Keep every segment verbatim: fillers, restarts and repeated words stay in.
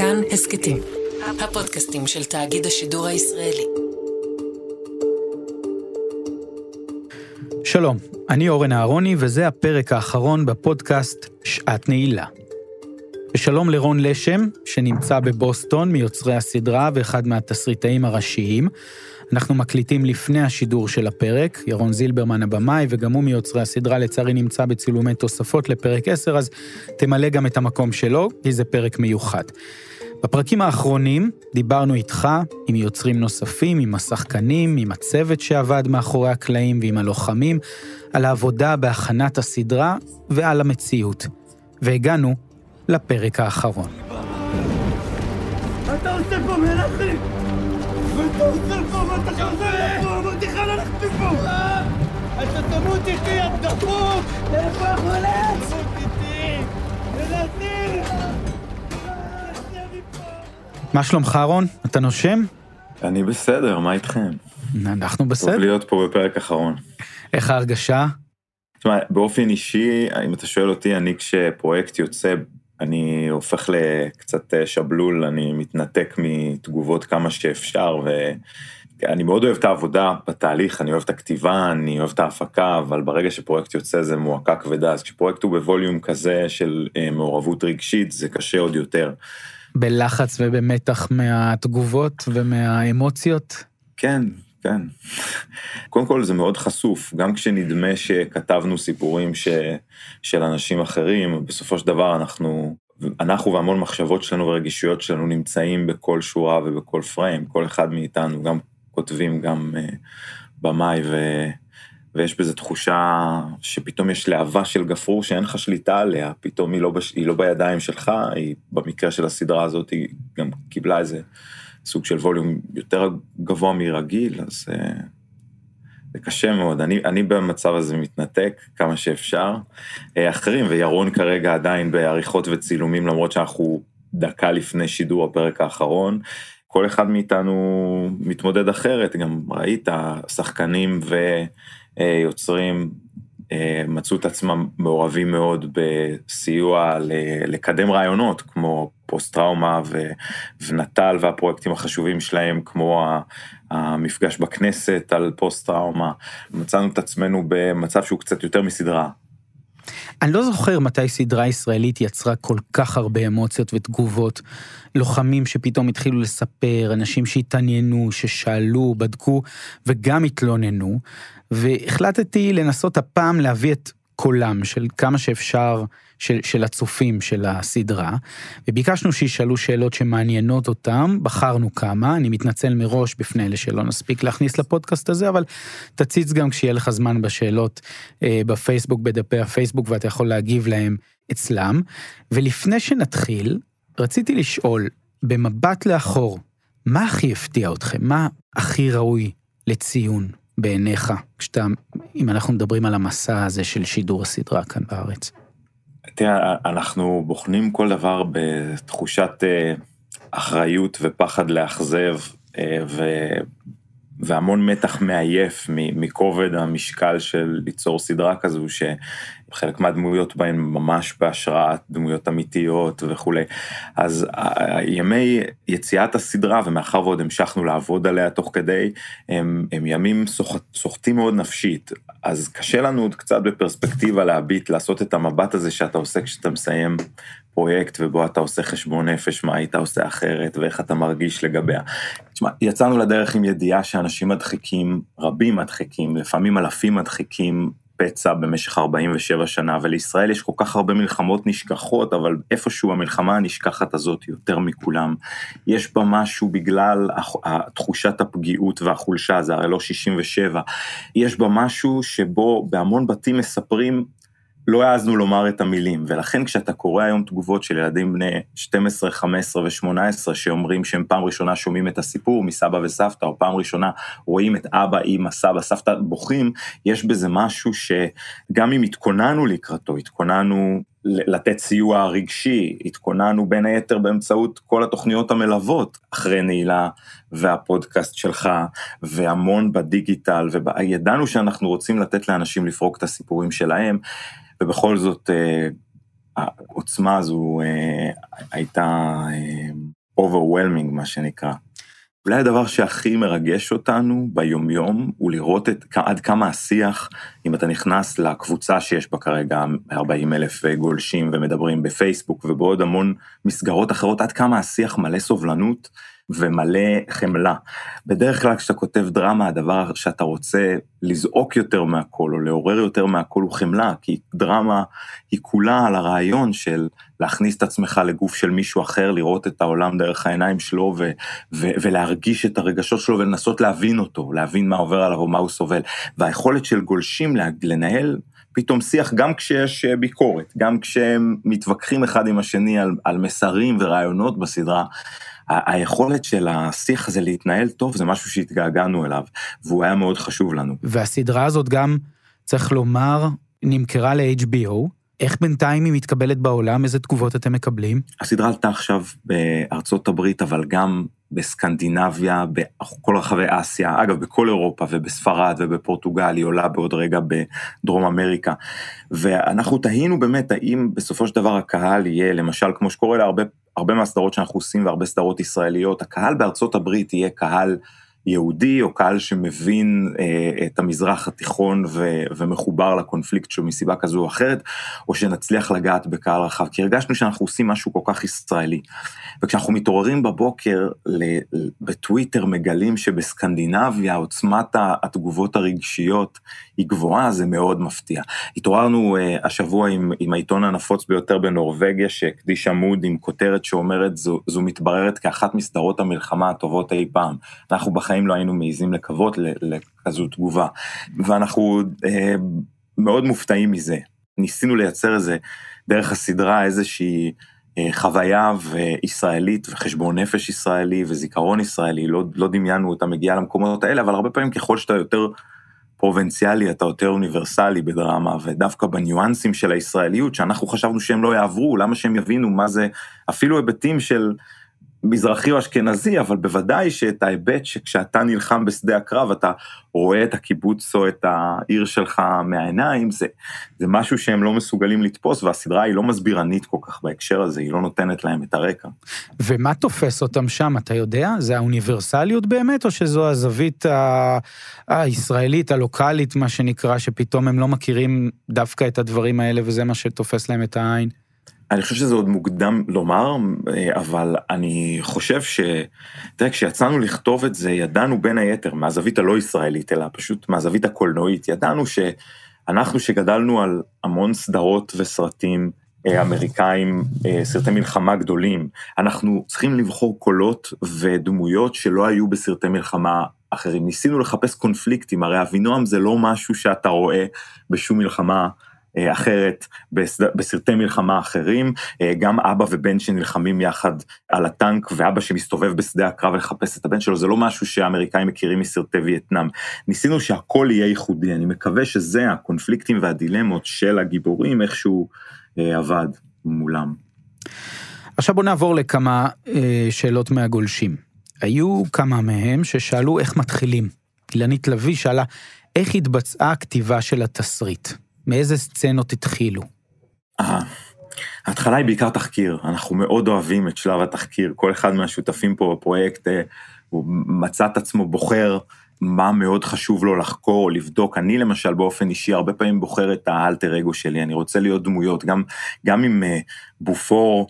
כאן הסקטים, הפודקאסטים של תאגיד השידור הישראלי. שלום, אני אורן אהרוני וזה הפרק האחרון בפודקאסט שעת נעילה. ושלום לרון לשם, שנמצא בבוסטון מיוצרי הסדרה ואחד מהתסריטאים הראשיים. אנחנו מקליטים לפני השידור של הפרק, ירון זילברמן הבמאי, וגם הוא מיוצרי הסדרה לצערי נמצא בצילומי תוספות לפרק עשר, אז תמלא גם את המקום שלו, כי זה פרק מיוחד. בפרקים האחרונים דיברנו איתך, עם יוצרים נוספים, עם השחקנים, עם הצוות שעבד מאחורי הקלעים ועם הלוחמים, על העבודה בהכנת הסדרה ועל המציאות. והגענו לפרק האחרון. אתה עושה פה מלאכי! ואתה עושה פה, ואתה חוזר פה, אמרתי לך ללכת מפה! אתה תמות איתי, יא דפוק! איפה החולץ? תמות איתי! תנסי! מה שלומך רון? אתה נושם? אני בסדר, מה איתכם? אנחנו בסדר. טוב להיות פה בפרק אחרון. איך ההרגשה? תשמע, באופן אישי, אם אתה שואל אותי, אני כשפרויקט יוצא, אני הופך לקצת שבלול, אני מתנתק מתגובות כמה שאפשר, ואני מאוד אוהב את העבודה בתהליך, אני אוהב את הכתיבה, אני אוהב את ההפקה, אבל ברגע שפרויקט יוצא זה מועקה כבדה, אז כשפרויקט הוא בווליום כזה של מעורבות רגשית, זה קשה עוד יותר. בלחץ ובמתח מהתגובות ומהאמוציות? כן, כן. קודם כל זה מאוד חשוף, גם כשנדמה שכתבנו סיפורים ש... של אנשים אחרים, בסופו של דבר אנחנו, אנחנו והמון מחשבות שלנו ורגישויות שלנו נמצאים בכל שורה ובכל פריים, כל אחד מאיתנו, גם כותבים, גם uh, במאי, ו... ויש בזה תחושה שפתאום יש להבה של גפרור שאין לך שליטה עליה, פתאום היא לא, בש... היא לא בידיים שלך, היא במקרה של הסדרה הזאת היא גם קיבלה איזה סוג של ווליום יותר גבוה מרגיל, אז uh, זה קשה מאוד, אני, אני במצב הזה מתנתק כמה שאפשר, uh, אחרים וירון כרגע עדיין בעריכות וצילומים, למרות שאנחנו דקה לפני שידור הפרק האחרון, כל אחד מאיתנו מתמודד אחרת, גם ראית, שחקנים ויוצרים מצאו את עצמם מעורבים מאוד בסיוע לקדם רעיונות, כמו פוסט-טראומה ונטל והפרויקטים החשובים שלהם, כמו המפגש בכנסת על פוסט-טראומה, מצאנו את עצמנו במצב שהוא קצת יותר מסדרה. אני לא זוכר מתי סדרה ישראלית יצרה כל כך הרבה אמוציות ותגובות, לוחמים שפתאום התחילו לספר, אנשים שהתעניינו, ששאלו, בדקו וגם התלוננו, והחלטתי לנסות הפעם להביא את קולם של כמה שאפשר של, של הצופים של הסדרה, וביקשנו שישאלו שאלות שמעניינות אותם, בחרנו כמה, אני מתנצל מראש בפני אלה שלא נספיק להכניס לפודקאסט הזה, אבל תציץ גם כשיהיה לך זמן בשאלות אה, בפייסבוק, בדפי הפייסבוק, ואתה יכול להגיב להם אצלם, ולפני שנתחיל, רציתי לשאול, במבט לאחור, מה הכי הפתיע אתכם? מה הכי ראוי לציון בעיניך, כשאתה, אם אנחנו מדברים על המסע הזה של שידור הסדרה כאן בארץ? תראה, אנחנו בוחנים כל דבר בתחושת אחריות ופחד לאכזב, ו... והמון מתח מעייף מכובד המשקל של ליצור סדרה כזו, שחלק מהדמויות בהן ממש בהשראת דמויות אמיתיות וכו'. אז ימי יציאת הסדרה, ומאחר ועוד המשכנו לעבוד עליה תוך כדי, הם, הם ימים סוחטים מאוד נפשית, אז קשה לנו עוד קצת בפרספקטיבה להביט, לעשות את המבט הזה שאתה עושה כשאתה מסיים פרויקט, ובו אתה עושה חשבון נפש, מה היית עושה אחרת, ואיך אתה מרגיש לגביה. תשמע, יצאנו לדרך עם ידיעה שאנשים מדחיקים, רבים מדחיקים, לפעמים אלפים מדחיקים פצע במשך ארבעים ושבע שנה, ולישראל יש כל כך הרבה מלחמות נשכחות, אבל איפשהו המלחמה הנשכחת הזאת יותר מכולם. יש בה משהו בגלל תחושת הפגיעות והחולשה, זה הרי לא שישים ושבע, יש בה משהו שבו בהמון בתים מספרים, לא העזנו לומר את המילים, ולכן כשאתה קורא היום תגובות של ילדים בני שתים עשרה, חמש עשרה ו-שמונה עשרה, שאומרים שהם פעם ראשונה שומעים את הסיפור מסבא וסבתא, או פעם ראשונה רואים את אבא, אמא, סבא, סבתא בוכים, יש בזה משהו שגם אם התכוננו לקראתו, התכוננו לתת סיוע רגשי, התכוננו בין היתר באמצעות כל התוכניות המלוות, אחרי נעילה והפודקאסט שלך, והמון בדיגיטל, וידענו שאנחנו רוצים לתת לאנשים לפרוק את הסיפורים שלהם, ובכל זאת העוצמה הזו הייתה overwhelming מה שנקרא. אולי הדבר שהכי מרגש אותנו ביומיום הוא לראות את, עד כמה השיח, אם אתה נכנס לקבוצה שיש בה כרגע ארבעים אלף גולשים ומדברים בפייסבוק ובעוד המון מסגרות אחרות, עד כמה השיח מלא סובלנות ומלא חמלה. בדרך כלל כשאתה כותב דרמה, הדבר שאתה רוצה לזעוק יותר מהכל או לעורר יותר מהכל הוא חמלה, כי דרמה היא כולה על הרעיון של להכניס את עצמך לגוף של מישהו אחר, לראות את העולם דרך העיניים שלו ו- ו- ולהרגיש את הרגשות שלו ולנסות להבין אותו, להבין מה עובר עליו או מה הוא סובל. והיכולת של גולשים לנהל פתאום שיח גם כשיש ביקורת, גם כשהם מתווכחים אחד עם השני על, על מסרים ורעיונות בסדרה, היכולת של השיח הזה להתנהל טוב, זה משהו שהתגעגענו אליו, והוא היה מאוד חשוב לנו. והסדרה הזאת גם, צריך לומר, נמכרה ל-אייץ' בי או, איך בינתיים היא מתקבלת בעולם, איזה תגובות אתם מקבלים? הסדרה עלתה עכשיו בארצות הברית, אבל גם בסקנדינביה, בכל רחבי אסיה, אגב, בכל אירופה ובספרד ובפורטוגל, היא עולה בעוד רגע בדרום אמריקה, ואנחנו תהינו באמת, האם בסופו של דבר הקהל יהיה, למשל, כמו שקורה להרבה, הרבה מהסדרות שאנחנו עושים, והרבה סדרות ישראליות, הקהל בארצות הברית יהיה קהל יהודי, או קהל שמבין אה, את המזרח התיכון ו, ומחובר לקונפליקט שלו מסיבה כזו או אחרת, או שנצליח לגעת בקהל רחב, כי הרגשנו שאנחנו עושים משהו כל כך ישראלי. וכשאנחנו מתעוררים בבוקר ל, בטוויטר מגלים שבסקנדינביה עוצמת התגובות הרגשיות היא גבוהה, זה מאוד מפתיע. התעוררנו אה, השבוע עם, עם העיתון הנפוץ ביותר בנורווגיה, שהקדיש עמוד עם כותרת שאומרת, זו, זו מתבררת כאחת מסדרות המלחמה הטובות אי פעם. אנחנו בחיים לא היינו מעיזים לקוות לכזו תגובה, ואנחנו אה, מאוד מופתעים מזה. ניסינו לייצר איזה, דרך הסדרה איזושהי אה, חוויה וישראלית וחשבון נפש ישראלי וזיכרון ישראלי, לא, לא דמיינו אותה מגיעה למקומות האלה, אבל הרבה פעמים ככל שאתה יותר פרובנציאלי, אתה יותר אוניברסלי בדרמה, ודווקא בניואנסים של הישראליות, שאנחנו חשבנו שהם לא יעברו, למה שהם יבינו מה זה, אפילו היבטים של מזרחי או אשכנזי, אבל בוודאי שאת ההיבט שכשאתה נלחם בשדה הקרב, אתה רואה את הקיבוץ או את העיר שלך מהעיניים, זה, זה משהו שהם לא מסוגלים לתפוס, והסדרה היא לא מסבירנית כל כך בהקשר הזה, היא לא נותנת להם את הרקע. ומה תופס אותם שם, אתה יודע? זה האוניברסליות באמת, או שזו הזווית ה... הישראלית, הלוקלית, מה שנקרא, שפתאום הם לא מכירים דווקא את הדברים האלה, וזה מה שתופס להם את העין? אני חושב שזה עוד מוקדם לומר, אבל אני חושב ש... תראה, כשיצאנו לכתוב את זה, ידענו בין היתר, מהזווית הלא ישראלית, אלא פשוט מהזווית הקולנועית, ידענו שאנחנו שגדלנו על המון סדרות וסרטים אמריקאים, סרטי מלחמה גדולים, אנחנו צריכים לבחור קולות ודמויות שלא היו בסרטי מלחמה אחרים. ניסינו לחפש קונפליקטים, הרי אבינועם זה לא משהו שאתה רואה בשום מלחמה אחרת, בסרטי מלחמה אחרים, גם אבא ובן שנלחמים יחד על הטנק, ואבא שמסתובב בשדה הקרב ולחפש את הבן שלו, זה לא משהו שהאמריקאים מכירים מסרטי וייטנאם. ניסינו שהכל יהיה ייחודי, אני מקווה שזה הקונפליקטים והדילמות של הגיבורים, איכשהו עבד מולם. עכשיו בוא נעבור לכמה שאלות מהגולשים. היו כמה מהם ששאלו איך מתחילים. אילנית לוי שאלה, איך התבצעה הכתיבה של התסריט? מאיזה סצנות התחילו? ההתחלה היא בעיקר תחקיר, אנחנו מאוד אוהבים את שלב התחקיר, כל אחד מהשותפים פה בפרויקט, הוא מצא את עצמו בוחר מה מאוד חשוב לו לחקור או לבדוק. אני למשל באופן אישי הרבה פעמים בוחר את האלטר אגו שלי, אני רוצה להיות דמויות, גם, גם עם בופור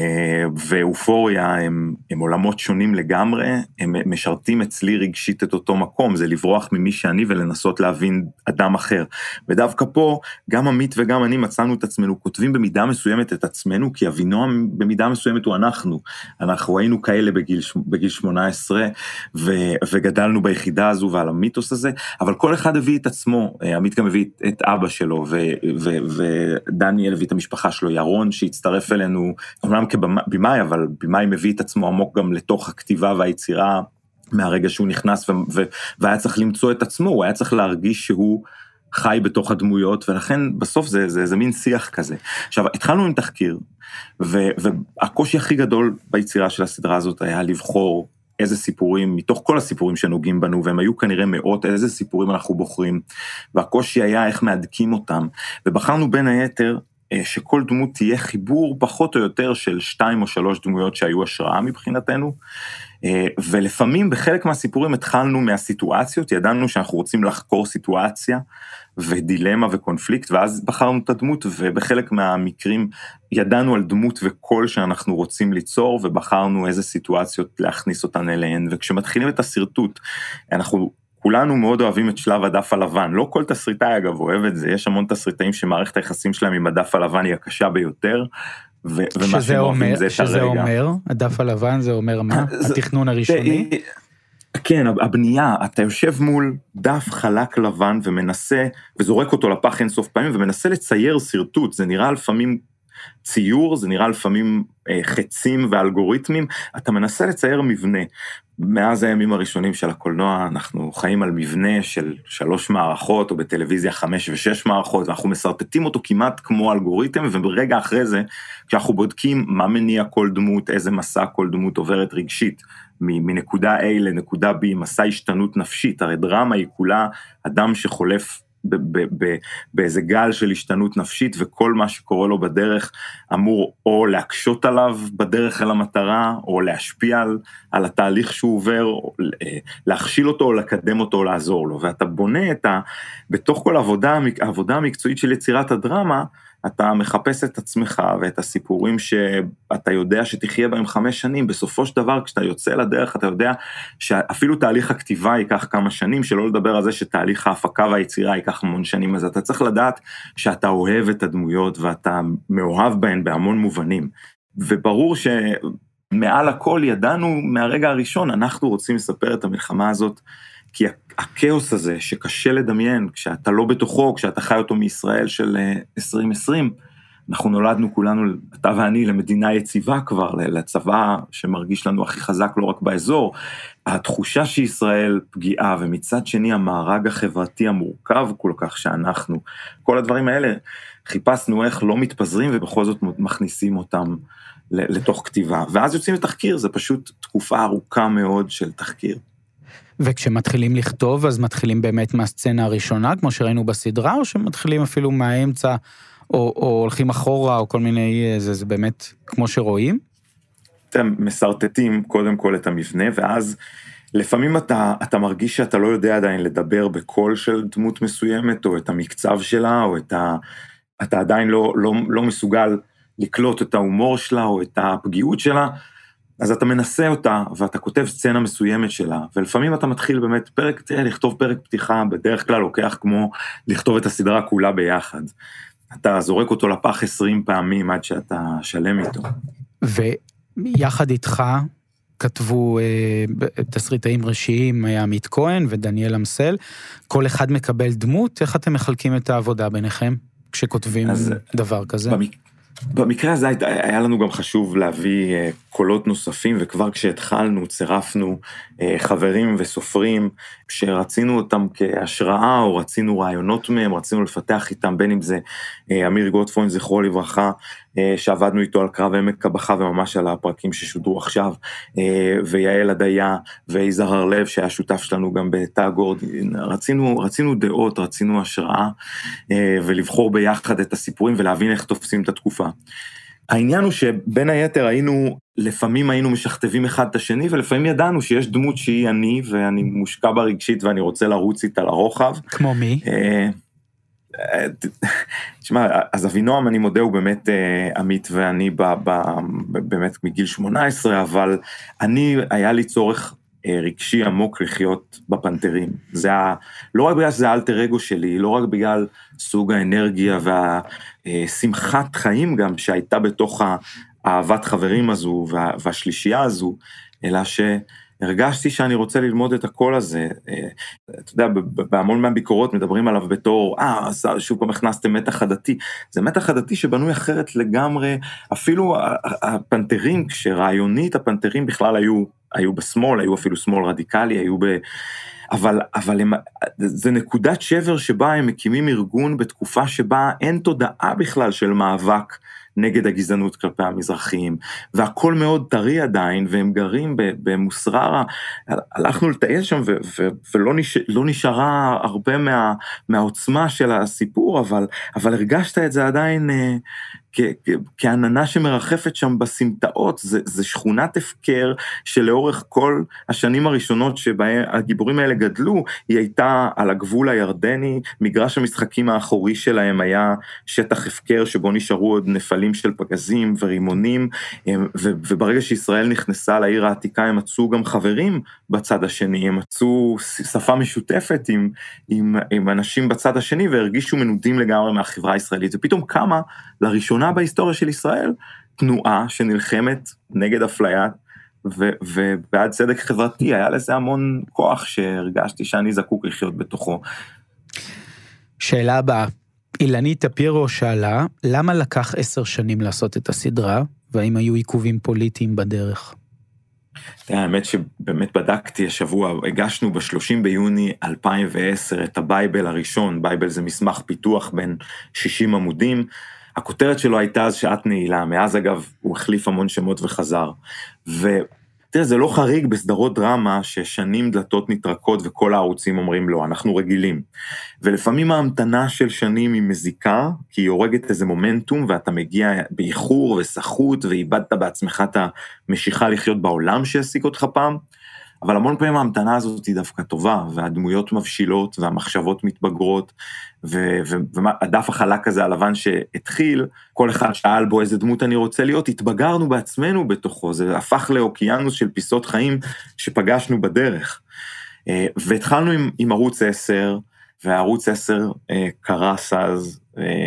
ואופוריה הם, הם עולמות שונים לגמרי, הם משרתים אצלי רגשית את אותו מקום, זה לברוח ממי שאני ולנסות להבין אדם אחר. ודווקא פה, גם עמית וגם אני מצאנו את עצמנו, כותבים במידה מסוימת את עצמנו, כי אבינועם במידה מסוימת הוא אנחנו. אנחנו היינו כאלה בגיל, בגיל שמונה עשרה, ו, וגדלנו ביחידה הזו ועל המיתוס הזה, אבל כל אחד הביא את עצמו, עמית גם הביא את אבא שלו, ו, ו, ודניאל הביא את המשפחה שלו, ירון שהצטרף אלינו, אומנם כבימאי, אבל בימאי מביא את עצמו עמוק גם לתוך הכתיבה והיצירה, מהרגע שהוא נכנס, ו- ו- והיה צריך למצוא את עצמו, הוא היה צריך להרגיש שהוא חי בתוך הדמויות, ולכן בסוף זה, זה, זה מין שיח כזה. עכשיו, התחלנו עם תחקיר, ו- והקושי הכי גדול ביצירה של הסדרה הזאת, היה לבחור איזה סיפורים, מתוך כל הסיפורים שנוגעים בנו, והם היו כנראה מאות, איזה סיפורים אנחנו בוחרים, והקושי היה איך מהדקים אותם, ובחרנו בין היתר, שכל דמות תהיה חיבור פחות או יותר של שתיים או שלוש דמויות שהיו השראה מבחינתנו, ולפעמים בחלק מהסיפורים התחלנו מהסיטואציות, ידענו שאנחנו רוצים לחקור סיטואציה ודילמה וקונפליקט, ואז בחרנו את הדמות, ובחלק מהמקרים ידענו על דמות וקול שאנחנו רוצים ליצור, ובחרנו איזה סיטואציות להכניס אותן אליהן, וכשמתחילים את הסרטוט, אנחנו כולנו מאוד אוהבים את שלב הדף הלבן, לא כל תסריטאי אגב אוהב את זה, יש המון תסריטאים שמערכת היחסים שלהם עם הדף הלבן היא הקשה ביותר, ו- ומה שהם אוהבים זה את הרגע. שזה אומר, הדף הלבן זה אומר מה? התכנון הראשוני? כן, הבנייה, אתה יושב מול דף חלק לבן ומנסה, וזורק אותו לפח אין סוף פעמים, ומנסה לצייר סרטוט, זה נראה לפעמים ציור, זה נראה לפעמים אה, חצים ואלגוריתמים, אתה מנסה לצייר מבנה. מאז הימים הראשונים של הקולנוע, אנחנו חיים על מבנה של שלוש מערכות, או בטלוויזיה חמש ושש מערכות, ואנחנו מסרטטים אותו כמעט כמו אלגוריתם, וברגע אחרי זה, כשאנחנו בודקים מה מניע כל דמות, איזה מסע כל דמות עוברת רגשית, מנקודה A לנקודה B, מסע השתנות נפשית, הרי דרמה היא כולה אדם שחולף באיזה גל של השתנות נפשית, וכל מה שקורה לו בדרך אמור או להקשות עליו בדרך אל המטרה, או להשפיע על, על התהליך שהוא עובר, או להכשיל אותו, או לקדם אותו, או לעזור לו, ואתה בונה את ה... בתוך כל העבודה, העבודה המקצועית של יצירת הדרמה, אתה מחפש את עצמך ואת הסיפורים שאתה יודע שתחיה בהם חמש שנים, בסופו של דבר כשאתה יוצא לדרך אתה יודע שאפילו תהליך הכתיבה ייקח כמה שנים, שלא לדבר על זה שתהליך ההפקה והיצירה ייקח המון שנים, אז אתה צריך לדעת שאתה אוהב את הדמויות ואתה מאוהב בהן בהמון מובנים, וברור שמעל הכל ידענו מהרגע הראשון, אנחנו רוצים לספר את המלחמה הזאת, כי הכאוס הזה שקשה לדמיין, כשאתה לא בתוכו, כשאתה חי אותו מישראל של עשרים עשרים, אנחנו נולדנו כולנו, אתה ואני, למדינה יציבה כבר, לצבא שמרגיש לנו הכי חזק לא רק באזור, התחושה שישראל פגיעה, ומצד שני המארג החברתי המורכב כל כך שאנחנו, כל הדברים האלה, חיפשנו איך לא מתפזרים, ובכל זאת מכניסים אותם לתוך כתיבה, ואז יוצאים לתחקיר, זה פשוט תקופה ארוכה מאוד של תחקיר. וכשמתחילים לכתוב, אז מתחילים באמת מהסצנה הראשונה, כמו שראינו בסדרה, או שמתחילים אפילו מהאמצע, או, או הולכים אחורה, או כל מיני, זה, זה באמת כמו שרואים? אתם מסרטטים קודם כל את המבנה, ואז לפעמים אתה, אתה מרגיש שאתה לא יודע עדיין לדבר בקול של דמות מסוימת, או את המקצב שלה, או את ה... אתה עדיין לא, לא, לא מסוגל לקלוט את ההומור שלה, או את הפגיעות שלה, אז אתה מנסה אותה, ואתה כותב סצנה מסוימת שלה, ולפעמים אתה מתחיל באמת פרק, תראה, לכתוב פרק פתיחה, בדרך כלל לוקח כמו לכתוב את הסדרה כולה ביחד. אתה זורק אותו לפח עשרים פעמים עד שאתה שלם איתו. ויחד איתך כתבו אה, תסריטאים ראשיים, עמית כהן ודניאל אמסל, כל אחד מקבל דמות, איך אתם מחלקים את העבודה ביניכם, כשכותבים אז, דבר כזה? במק... במקרה הזה היה לנו גם חשוב להביא קולות נוספים, וכבר כשהתחלנו צירפנו חברים וסופרים שרצינו אותם כהשראה, או רצינו רעיונות מהם, רצינו לפתח איתם, בין אם זה אמיר גוטפוין זכרו לברכה, שעבדנו איתו על קרב עמק הבכה, וממש על הפרקים ששודרו עכשיו, ויעל הדיה, ויזהר הרלב, שהיה שותף שלנו גם בתא גורדין, רצינו, רצינו דעות, רצינו השראה, ולבחור ביחד את הסיפורים, ולהבין איך תופסים את התקופה. העניין הוא שבין היתר היינו, לפעמים היינו משכתבים אחד את השני, ולפעמים ידענו שיש דמות שהיא אני, ואני מושקע בה רגשית, ואני רוצה לרוץ איתה לרוחב. כמו מי? תשמע, אז אבינועם, אני מודה, הוא באמת עמית, ואני באמת מגיל שמונה עשרה, אבל אני, היה לי צורך רגשי עמוק לחיות בפנתרים. זה ה... לא רק בגלל שזה האלטר אגו שלי, לא רק בגלל סוג האנרגיה והשמחת חיים גם שהייתה בתוך האהבת חברים הזו וה... והשלישייה הזו, אלא שהרגשתי שאני רוצה ללמוד את הקול הזה. אתה יודע, בהמון מהביקורות מדברים עליו בתור, אה, אז שוב פעם הכנסתם מתח הדתי. זה מתח הדתי שבנוי אחרת לגמרי, אפילו הפנתרים, כשרעיונית הפנתרים בכלל היו היו בשמאל, היו אפילו שמאל רדיקלי, היו ב... אבל, אבל הם, זה נקודת שבר שבה הם מקימים ארגון בתקופה שבה אין תודעה בכלל של מאבק נגד הגזענות כלפי המזרחים, והכל מאוד טרי עדיין, והם גרים במוסררה, הלכנו לטייל שם, ו- ו- ולא נש- לא נשארה הרבה מה- מהעוצמה של הסיפור, אבל, אבל הרגשת את זה עדיין כ- כ- כעננה שמרחפת שם בסמטאות, זה, זה שכונת הפקר, שלאורך כל השנים הראשונות שבהם הגיבורים האלה גדלו, היא הייתה על הגבול הירדני, מגרש המשחקים האחורי שלהם היה שטח הפקר, שבו נשארו עוד נפלים של פגזים ורימונים, ו- וברגע שישראל נכנסה לעיר העתיקה, הם מצאו גם חברים בצד השני, הם מצאו שפה משותפת עם, עם, עם אנשים בצד השני, והרגישו מנודים לגמרי מהחברה הישראלית, ופתאום קמה לראשונה בהיסטוריה של ישראל, תנועה שנלחמת נגד אפליית, ו- ובעד צדק חברתי, היה לזה המון כוח שהרגשתי שאני זקוק לחיות בתוכו. שאלה הבאה, אילנית טפיירו שאלה, למה לקח עשר שנים לעשות את הסדרה, והאם היו עיכובים פוליטיים בדרך? האמת שבאמת בדקתי השבוע, הגשנו ב-שלושים ביוני אלפיים ועשר את הבייבל הראשון, בייבל זה מסמך פיתוח בין שישים עמודים, הכותרת שלו הייתה אז שעת נעילה, מאז אגב הוא החליף המון שמות וחזר, ותראה זה לא חריג בסדרות דרמה ששנים דלתות נטרקות וכל הערוצים אומרים לא, אנחנו רגילים, ולפעמים ההמתנה של שנים היא מזיקה, כי היא הורגת איזה מומנטום ואתה מגיע באיחור וסחות ואיבדת בעצמך את המשיכה לחיות בעולם שהעסיק אותך פעם, אבל המון פעמים ההמתנה הזאת היא דווקא טובה, והדמויות מבשילות, והמחשבות מתבגרות, והדף החלק הזה הלבן שהתחיל, כל אחד שאל בו איזה דמות אני רוצה להיות, התבגרנו בעצמנו בתוכו, זה הפך לאוקיינוס של פיסות חיים שפגשנו בדרך. והתחלנו עם, עם ערוץ עשר, והערוץ עשר קרס אז,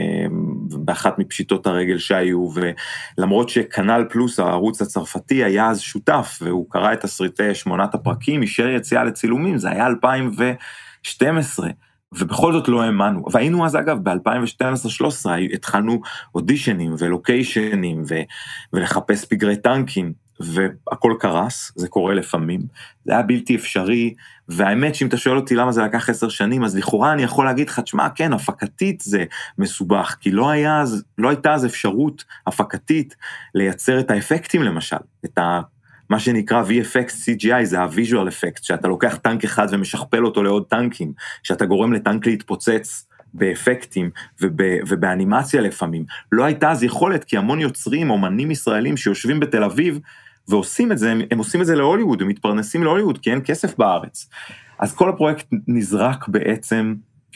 באחת מפשיטות הרגל שהיו, ולמרות שקנל פלוס, הערוץ הצרפתי, היה אז שותף, והוא קרא את תסריטי שמונת הפרקים, אישר יציאה לצילומים, זה היה אלפיים ושתים עשרה, ובכל זאת לא האמנו, והיינו אז אגב, ב-אלפיים ושתים עשרה שלוש עשרה, התחלנו אודישנים ולוקיישנים, ו- ולחפש פגרי טנקים, והכל קרס, זה קורה לפעמים, זה היה בלתי אפשרי, והאמת שאם אתה שואל אותי למה זה לקח עשר שנים, אז לכאורה אני יכול להגיד לך, תשמע, כן, הפקתית זה מסובך, כי לא, היה, לא הייתה אז אפשרות הפקתית לייצר את האפקטים למשל, את ה, מה שנקרא וי אף אקס סי ג'י איי, זה ה-visual effect, שאתה לוקח טנק אחד ומשכפל אותו לעוד טנקים, שאתה גורם לטנק להתפוצץ, באפקטים וב, ובאנימציה לפעמים, לא הייתה אז יכולת, כי המון יוצרים, אומנים ישראלים שיושבים בתל אביב, ועושים את זה, הם, הם עושים את זה להוליווד, הם מתפרנסים להוליווד, כי אין כסף בארץ. אז כל הפרויקט נזרק בעצם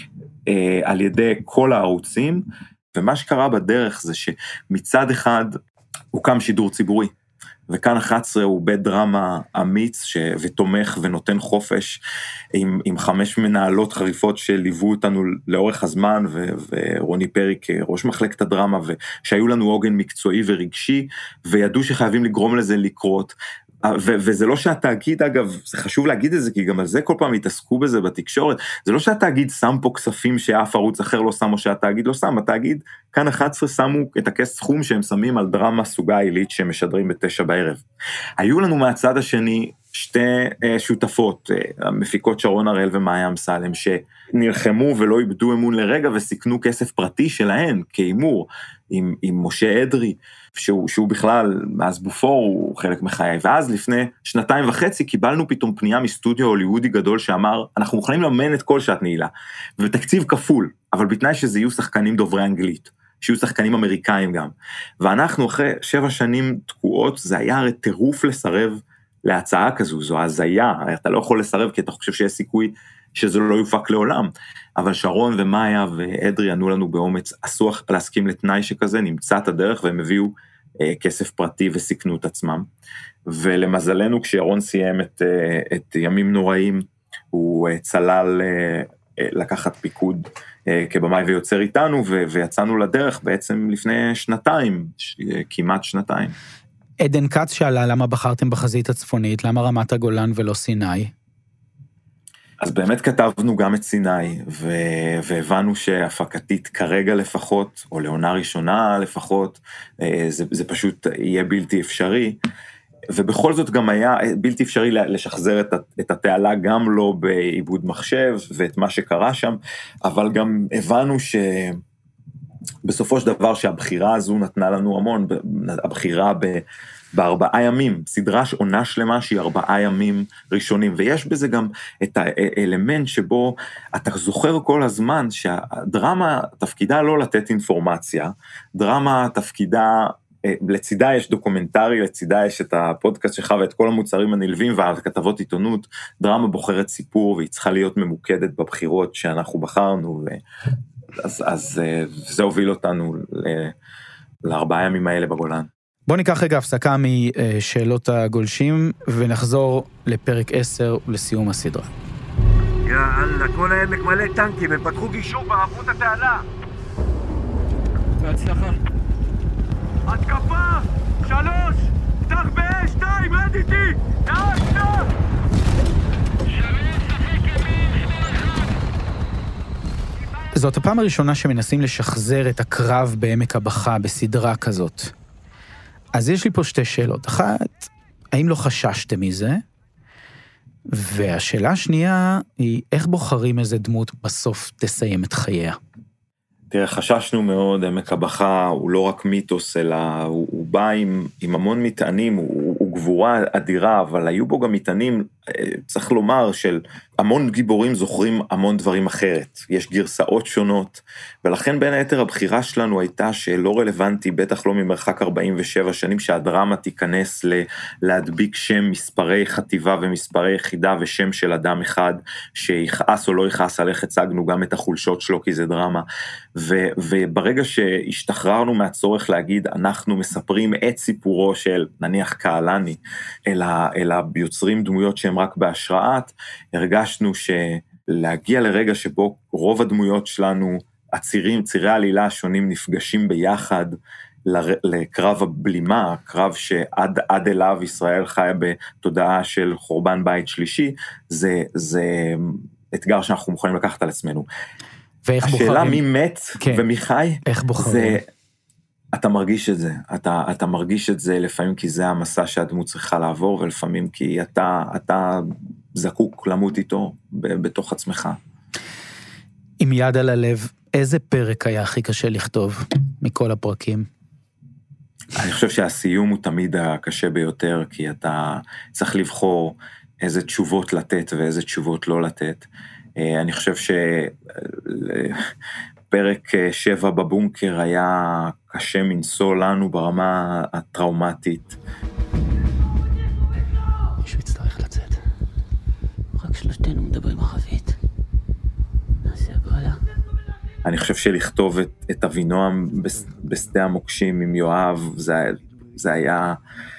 אה, על ידי כל הערוצים, ומה שקרה בדרך זה שמצד אחד הוקם שידור ציבורי, וכאן אחת עשרה הוא בית דרמה אמיץ ש... ותומך ונותן חופש עם, עם חמש מנהלות חריפות שליוו אותנו לאורך הזמן, ו... ורוני פרי כראש מחלקת הדרמה, ושהיו לנו עוגן מקצועי ורגשי, וידעו שחייבים לגרום לזה לקרות, ו- וזה לא שהתאגיד, אגב, זה חשוב להגיד את זה, כי גם על זה כל פעם התעסקו בזה בתקשורת, זה לא שהתאגיד שם פה כספים שאף ערוץ אחר לא שם, או שהתאגיד לא שם, התאגיד, כאן אחת עשרה שמו את הכס סכום שהם שמים על דרמה סוגה עילית שמשדרים בתשע בערב. היו לנו מהצד השני שתי uh, שותפות, uh, המפיקות שרון הראל ומאיה אמסלם, שנלחמו ולא איבדו אמון לרגע, וסיכנו כסף פרטי שלהן, כאימור, עם, עם משה אדרי, שהוא, שהוא בכלל, מאז בופור הוא חלק מחיי, ואז לפני שנתיים וחצי קיבלנו פתאום פנייה מסטודיו הוליוודי גדול שאמר, אנחנו מוכנים לממן את כל שעת נעילה, ותקציב כפול, אבל בתנאי שזה יהיו שחקנים דוברי אנגלית, שיהיו שחקנים אמריקאים גם, ואנחנו אחרי שבע שנים תקועות, זה היה הרי טירוף לסרב להצעה כזו, זו הזיה, אתה לא יכול לסרב כי אתה חושב שיש סיכוי שזה לא יופק לעולם, אבל שרון ומאיה ואדרי ענו לנו באומץ, עשו להסכים לתנאי שכזה, נמצא את הדרך והם הביאו אה, כסף פרטי וסיכנו את עצמם, ולמזלנו כשירון סיים את, אה, את ימים נוראים, הוא אה, צלל אה, אה, לקחת פיקוד אה, כבמאי ויוצר איתנו, ו- ויצאנו לדרך בעצם לפני שנתיים, ש- כמעט שנתיים. עדן קץ שאלה למה בחרתם בחזית הצפונית, למה רמת הגולן ולא סיני? אז באמת כתבנו גם את סיני, ו- והבנו שהפקתית כרגע לפחות, או לעונה ראשונה לפחות, זה, זה פשוט יהיה בלתי אפשרי, ובכל זאת גם היה בלתי אפשרי לשחזר את, את התעלה, גם לא בעיבוד מחשב, ואת מה שקרה שם, אבל גם הבנו ש... בסופו של דבר שהבחירה הזו נתנה לנו המון, הבחירה ב, בארבעה ימים, סדרה עונה שלמה שהיא ארבעה ימים ראשונים, ויש בזה גם את האלמנט שבו אתה זוכר כל הזמן שהדרמה תפקידה לא לתת אינפורמציה, דרמה תפקידה, לצידה יש דוקומנטרי, לצידה יש את הפודקאסט שלך ואת כל המוצרים הנלווים והכתבות עיתונות, דרמה בוחרת סיפור והיא צריכה להיות ממוקדת בבחירות שאנחנו בחרנו, ו... אז, אז זה הוביל אותנו לארבעה ימים האלה בגולן. בוא ניקח רגע הפסקה משאלות הגולשים, ונחזור לפרק עשר ולסיום הסדרה. יאללה, כל העמק מלא טנקים, הם פתחו גישור ועברו את התעלה. בהצלחה. התקפה! שלוש! פתח באש! שתיים! רד איתי! נעד! נעד! זאת הפעם הראשונה שמנסים לשחזר את הקרב בעמק הבכה בסדרה כזאת. אז יש לי פה שתי שאלות. אחת, האם לא חששתם מזה? והשאלה השנייה היא, איך בוחרים איזה דמות בסוף תסיים את חייה? תראה, חששנו מאוד, עמק הבכה הוא לא רק מיתוס, אלא הוא, הוא בא עם, עם המון מטענים, הוא, הוא גבורה אדירה, אבל היו בו גם מטענים, צריך לומר, של המון גיבורים זוכרים המון דברים אחרת. יש גרסאות שונות, ולכן בין היתר הבחירה שלנו הייתה שלא רלוונטי, בטח לא ממרחק ארבעים ושבע שנים, שהדרמה תיכנס ל, להדביק שם מספרי חטיבה ומספרי יחידה ושם של אדם אחד, שיכעס או לא יכעס על איך הצגנו גם את החולשות שלו, כי זה דרמה. ו, וברגע שהשתחררנו מהצורך להגיד, אנחנו מספרים את סיפורו של נניח קהלני, אלא, אלא יוצרים דמויות שהן רק בהשראת, הרגשנו שלהגיע לרגע שבו רוב הדמויות שלנו, הצירים, צירי העלילה השונים נפגשים ביחד, לקרב הבלימה, קרב שעד עד אליו ישראל חיה בתודעה של חורבן בית שלישי, זה, זה אתגר שאנחנו מוכנים לקחת על עצמנו. השאלה בוחרים? מי מת כן. ומי חי, איך בוחרים? זה, אתה מרגיש את זה, אתה, אתה מרגיש את זה לפעמים כי זה המסע שהדמות צריכה לעבור, ולפעמים כי אתה, אתה זקוק למות איתו בתוך עצמך. עם יד על הלב, איזה פרק היה הכי קשה לכתוב מכל הפרקים? אני חושב שהסיום הוא תמיד הקשה ביותר, כי אתה צריך לבחור איזה תשובות לתת ואיזה תשובות לא לתת. אני חושב שפרק שבע בבונקר היה קשה מנסוע לנו ברמה הטראומטית. מישהו יצטרך לצאת. רק שלושתנו מדברים ערבית. נעשה הגרלה. אני חושב שלכתוב את, את אבינועם בשדה המוקשים עם יואב, זה, זה היה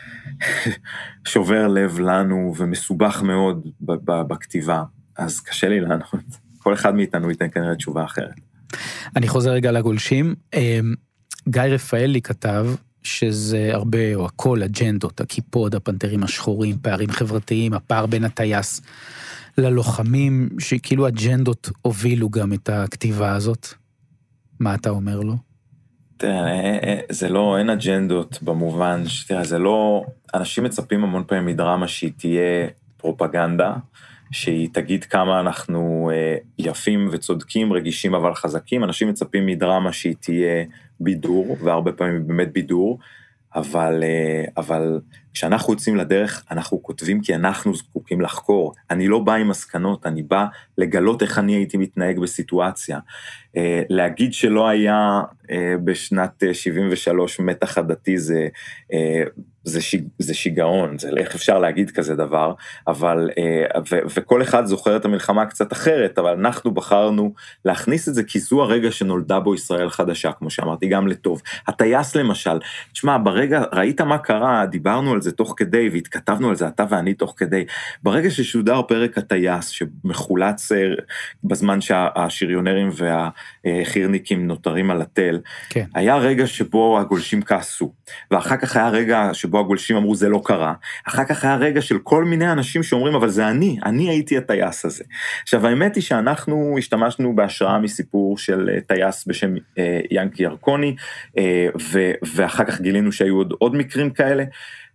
שובר לב לנו ומסובך מאוד בכתיבה. אז קשה לי לענות. כל אחד מאיתנו ייתן כנראה תשובה אחרת. אני חוזר רגע לגולשים. גיא רפאלי כתב שזה הרבה או הכל אג'נדות, הקיפוד, הפנתרים השחורים, פערים חברתיים, הפער בין הטייס ללוחמים, שכאילו אג'נדות הובילו גם את הכתיבה הזאת. מה אתה אומר לו? תראה, זה לא, אין אג'נדות במובן, שתראה, זה לא, אנשים מצפים המון פעמים מדרמה שהיא תהיה פרופגנדה, שהיא תגיד כמה אנחנו יפים וצודקים, רגישים אבל חזקים, אנשים מצפים מדרמה שהיא תהיה בידור, והרבה פעמים באמת בידור, אבל, אבל כשאנחנו יוצאים לדרך, אנחנו כותבים כי אנחנו זקוקים לחקור, אני לא בא עם מסקנות, אני בא לגלות איך אני הייתי מתנהג בסיטואציה, להגיד שלא היה בשנת שבעים ושלוש מתח הדתי זה, זה, שיג, זה שיגעון, זה איך אפשר להגיד כזה דבר, אבל, ו, וכל אחד זוכר את המלחמה קצת אחרת, אבל אנחנו בחרנו להכניס את זה, כי זו הרגע שנולדה בו ישראל חדשה, כמו שאמרתי, גם לטוב. הטייס למשל, תשמע, ברגע, ראית מה קרה, דיברנו על זה תוך כדי, והתכתבנו על זה, אתה ואני תוך כדי, ברגע ששודר פרק הטייס, שמחולץ בזמן שהשריונרים והחירניקים נותרים על התל, כן. היה רגע שבו הגולשים כעסו, ואחר כך היה רגע שבו הגולשים אמרו זה לא קרה, אחר כך היה רגע של כל מיני אנשים שאומרים אבל זה אני, אני הייתי הטייס הזה. עכשיו האמת היא שאנחנו השתמשנו בהשראה מסיפור של טייס בשם אה, ינקי ירקוני, אה, ו, ואחר כך גילינו שהיו עוד, עוד מקרים כאלה,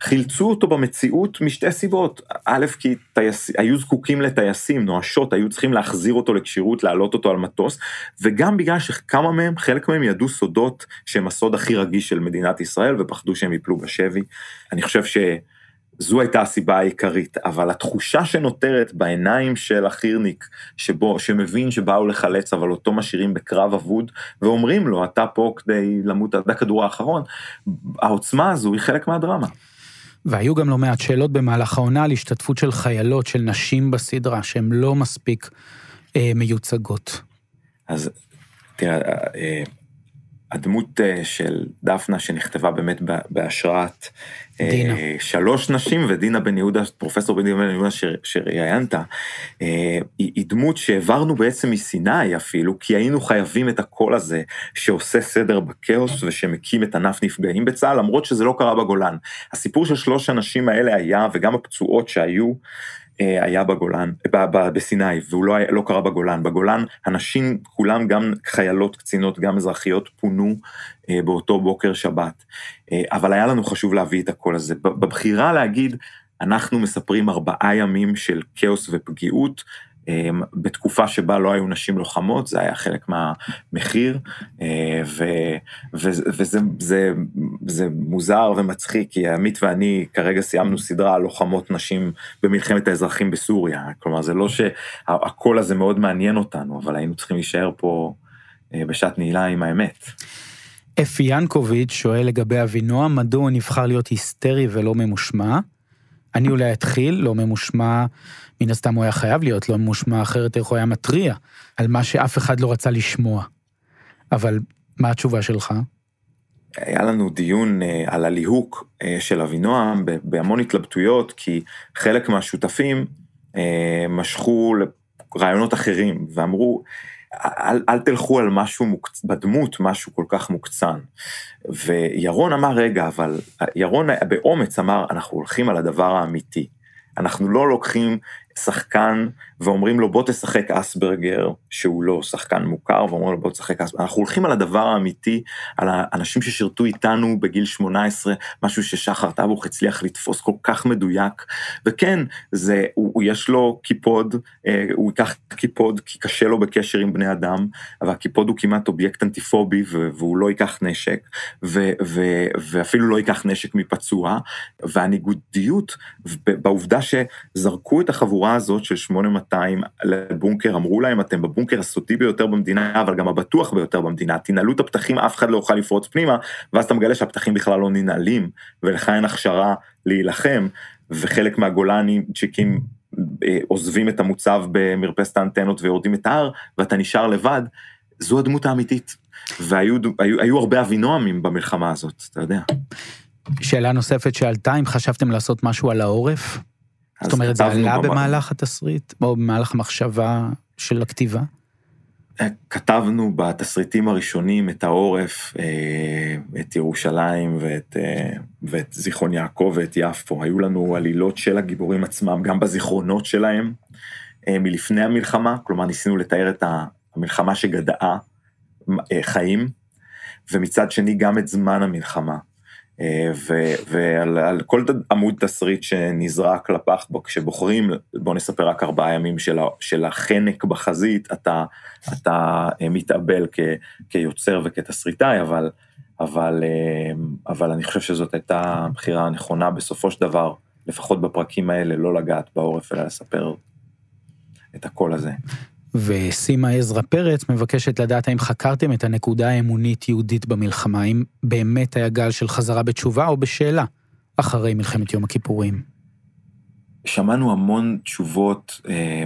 חילצו אותו במציאות משתי סיבות. א', כי טייס, היו זקוקים לטייסים, נואשות, היו צריכים להחזיר אותו לקשירות, להעלות אותו על מטוס, וגם בגלל שכמה מהם, חלק מהם ידעו סודות שהם הסוד הכי רגיש של מדינת ישראל, ופחדו שהם יפלו בשבי. אני חושב שזו הייתה הסיבה העיקרית, אבל התחושה שנותרת בעיניים של החירניק, שבו, שמבין שבאו לחלץ, אבל אותו משאירים בקרב אבוד, ואומרים לו, אתה פה כדי למות עד הכדור האחרון, העוצמה הזו היא חלק מהדרמה. והיו גם לא מעט שאלות במהלך העונה על השתתפות של חיילות, של נשים בסדרה, שהן לא מספיק אה, מיוצגות. אז תראה, אה, הדמות אה, של דפנה שנכתבה באמת בהשראת דינה. אה, שלוש נשים, ודינה בן יהודה, פרופסור בן יהודה שראיינת, אה, היא, היא דמות שהעברנו בעצם מסיני אפילו, כי היינו חייבים את הקול הזה שעושה סדר בקאוס ושמקים את ענף נפגעים בצה"ל, למרות שזה לא קרה בגולן. הסיפור של שלוש הנשים האלה היה, וגם הפצועות שהיו, היה בגולן, בסיני, והוא לא, לא קרה בגולן. בגולן, הנשים, כולם גם חיילות, קצינות, גם אזרחיות, פונו באותו בוקר שבת. אבל היה לנו חשוב להביא את הכל הזה. בבחירה להגיד, אנחנו מספרים ארבעה ימים של כאוס ופגיעות, בתקופה שבה לא היו נשים לוחמות, זה היה חלק מהמחיר, ו, וזה, וזה, זה, זה מוזר ומצחיק, כי עמית ואני כרגע סיימנו סדרה על לוחמות נשים במלחמת האזרחים בסוריה, כלומר זה לא שהכל הזה מאוד מעניין אותנו, אבל היינו צריכים להישאר פה בשעת נעילה עם האמת. אפי ינקוביץ' שואל לגבי אבינועם, מדוע הוא נבחר להיות היסטרי ולא ממושמע? אני אולי אתחיל, לא ממושמע, מן הסתם הוא היה חייב להיות לא ממושמע, אחרת איך הוא היה מטריע, על מה שאף אחד לא רצה לשמוע. אבל מה התשובה שלך? היה לנו דיון על הליהוק של אבינועם, בהמון התלבטויות, כי חלק מהשותפים משכו רעיונות אחרים, ואמרו, אל, אל תלכו על משהו מוקצ... בדמות, משהו כל כך מוקצן. וירון אמר, רגע, אבל ירון באומץ אמר, אנחנו הולכים על הדבר האמיתי. אנחנו לא לוקחים שחקן ואומרים לו, בוא תשחק אסברגר, שהוא לא שחקן מוכר, ואומרים לו, בוא תשחק אסברגר. אנחנו הולכים על הדבר האמיתי, על האנשים ששירתו איתנו בגיל שמונה עשרה, משהו ששחר טבוך הצליח לתפוס כל כך מדויק, וכן, זה, הוא, הוא יש לו קיפוד, הוא ייקח קיפוד, כי קשה לו בקשר עם בני אדם, אבל הקיפוד הוא כמעט אובייקט אנטיפובי, והוא לא ייקח נשק, ו, ו, ואפילו לא ייקח נשק מפצוע, והניגודיות, בעובדה שזרקו את החבורה הזאת של שמונה מאתיים לבונקר, אמרו להם, אתם בבונקר הסודי ביותר במדינה, אבל גם הבטוח ביותר במדינה, תנעלו את הפתחים, אף אחד לא יוכל לפרוץ פנימה, ואז אתה מגלה שהפתחים בכלל לא ננעלים, ולך אין הכשרה להילחם, וחלק מהגולני צ'יקים עוזבים את המוצב במרפסת האנטנות ויורדים את ההר, ואתה נשאר לבד, זו הדמות האמיתית, והיו היו, היו הרבה אבינועמים במלחמה הזאת, אתה יודע. שאלה נוספת שעלתה, אם חשבתם לעשות משהו על העורף? זאת אומרת, זה עלה במהלך התסריט, או במהלך המחשבה של הכתיבה? כתבנו בתסריטים הראשונים את העורף, את ירושלים ואת, ואת זיכרון יעקב ואת יפו. היו לנו עלילות של הגיבורים עצמם, גם בזיכרונות שלהם, מלפני המלחמה, כלומר ניסינו לתאר את המלחמה שגדעה חיים, ומצד שני גם את זמן המלחמה. ועל כל עמוד תסריט שנזרק לפח בו, כשבוחרים, בוא נספר רק ארבעה ימים של החנק בחזית, אתה, אתה מתאבל כיוצר וכתסריטאי, אבל, אבל, אבל אני חושב שזאת הייתה בחירה נכונה בסופו של דבר, לפחות בפרקים האלה, לא לגעת בעורף, אלא לספר את הכל הזה. וסימה עזרא פרץ מבקשת לדעת האם חקרתם את הנקודה האמונית יהודית במלחמה, האם באמת היה גל של חזרה בתשובה או בשאלה אחרי מלחמת יום הכיפורים. שמענו המון תשובות,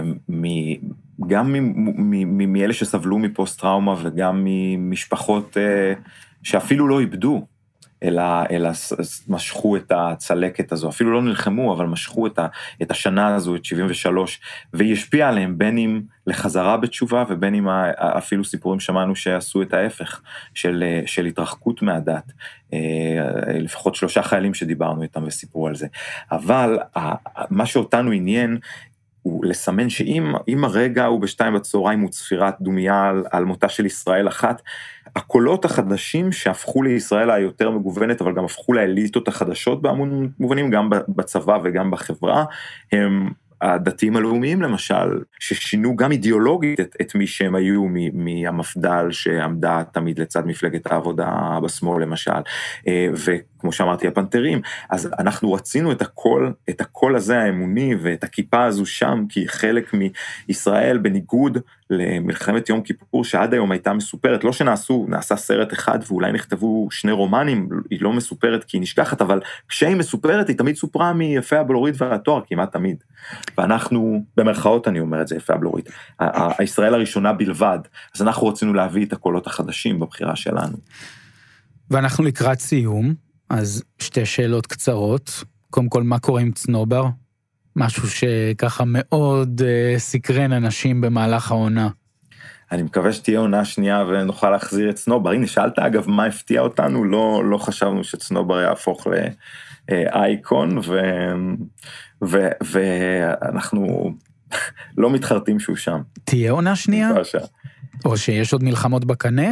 גם מאלה שסבלו מפוסט טראומה וגם ממשפחות שאפילו לא איבדו, אלא, אלא משכו את הצלקת הזו, אפילו לא נלחמו, אבל משכו את, ה, את השנה הזו, את שבעים ושלוש, והיא השפיעה עליהם, בין אם לחזרה בתשובה, ובין אם אפילו סיפורים שמענו שעשו את ההפך, של, של התרחקות מהדת, לפחות שלושה חיילים שדיברנו איתם וסיפרו על זה, אבל מה שאותנו עניין, הוא לסמן שאם אם הרגע הוא בשתיים בצהריים הוא צפירת דומיה על, על מותה של ישראל אחת, הקולות החדשים שהפכו לישראל היותר מגוונת, אבל גם הפכו לאליטות החדשות בהמון מובנים, גם בצבא וגם בחברה, הם הדתיים הלאומיים למשל, ששינו גם אידיאולוגית את, את מי שהם היו מהמפד"ל שעמדה תמיד לצד מפלגת העבודה בשמאל למשל, וכמו שאמרתי הפנתרים, אז אנחנו רצינו את הקול, את הקול הזה האמוני ואת הכיפה הזו שם, כי חלק מישראל בניגוד למלחמת יום כיפור שעד היום הייתה מסופרת, לא שנעשו, נעשה סרט אחד ואולי נכתבו שני רומנים, היא לא מסופרת כי היא נשכחת, אבל כשהיא מסופרת היא תמיד סופרה מיפה הבלורית והתואר, כמעט תמיד. ואנחנו, במרכאות אני אומר את זה, יפה הבלורית, הישראל הראשונה בלבד, אז אנחנו רצינו להביא את הקולות החדשים בבחירה שלנו. ואנחנו לקראת סיום, אז שתי שאלות קצרות, קודם כל מה קורה עם צנובר? משהו שככה מאוד uh, סקרן אנשים במהלך העונה. אני מקווה שתהיה עונה שנייה ונוכל להחזיר את צנובר. הנה, שאלת אגב מה הפתיע אותנו, לא, לא חשבנו שצנובר יהפוך לאייקון, ו, ו, ואנחנו לא מתחרטים שהוא שם. תהיה עונה שנייה? או שיש עוד מלחמות בקנה?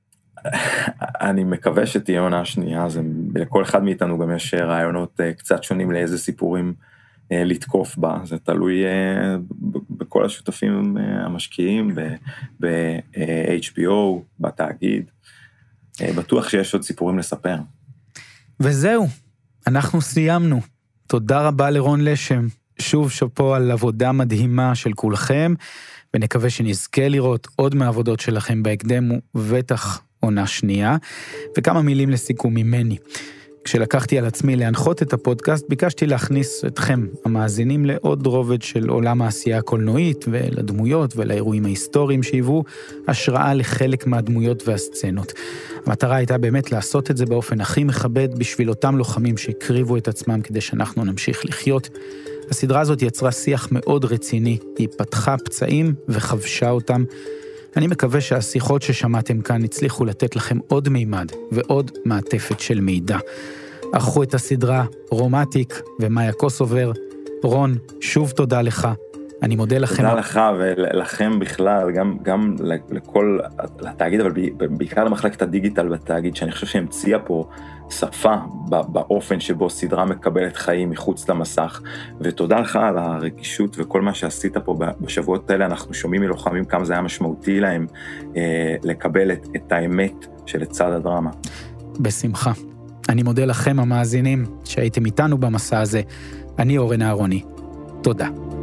אני מקווה שתהיה עונה שנייה, זה, לכל אחד מאיתנו גם יש רעיונות קצת שונים לאיזה סיפורים לתקוף בה, זה תלוי בכל השותפים המשקיעים, ב-אייץ' בי או, בתאגיד, בטוח שיש עוד סיפורים לספר. וזהו, אנחנו סיימנו. תודה רבה לרון לשם, שוב שפה על עבודה מדהימה של כולכם, ונקווה שנזכה לראות עוד מעבודות שלכם בהקדם, ובטח עונה שנייה, וכמה מילים לסיכום ממני. כשלקחתי על עצמי להנחות את הפודקאסט, ביקשתי להכניס אתכם, המאזינים, לעוד רובד של עולם העשייה הקולנועית, ולדמויות ולאירועים ההיסטוריים שהיוו השראה לחלק מהדמויות והסצנות. המטרה הייתה באמת לעשות את זה באופן הכי מכבד, בשביל אותם לוחמים שהקריבו את עצמם כדי שאנחנו נמשיך לחיות. הסדרה הזאת יצרה שיח מאוד רציני, היא פתחה פצעים וחבשה אותם. אני מקווה שהשיחות ששמעתם כאן הצליחו לתת לכם עוד מימד ועוד מעטפת של מידע. ערכו את הסדרה רומטיק ומאיה קוסובר. רון, שוב תודה לך. אני מודה לכם. תודה לך ולכם בכלל, גם, גם לכל, לתאגיד, אבל בעיקר למחלקת הדיגיטל בתאגיד, שאני חושב שהמציאה פה שפה באופן שבו סדרה מקבלת חיים מחוץ למסך, ותודה לך על הרגישות וכל מה שעשית פה בשבועות האלה. אנחנו שומעים מלוחמים כמה זה היה משמעותי להם אה, לקבל את, את האמת שלצד הדרמה. בשמחה. אני מודה לכם המאזינים שהייתם איתנו במסע הזה. אני אורן אהרוני. תודה.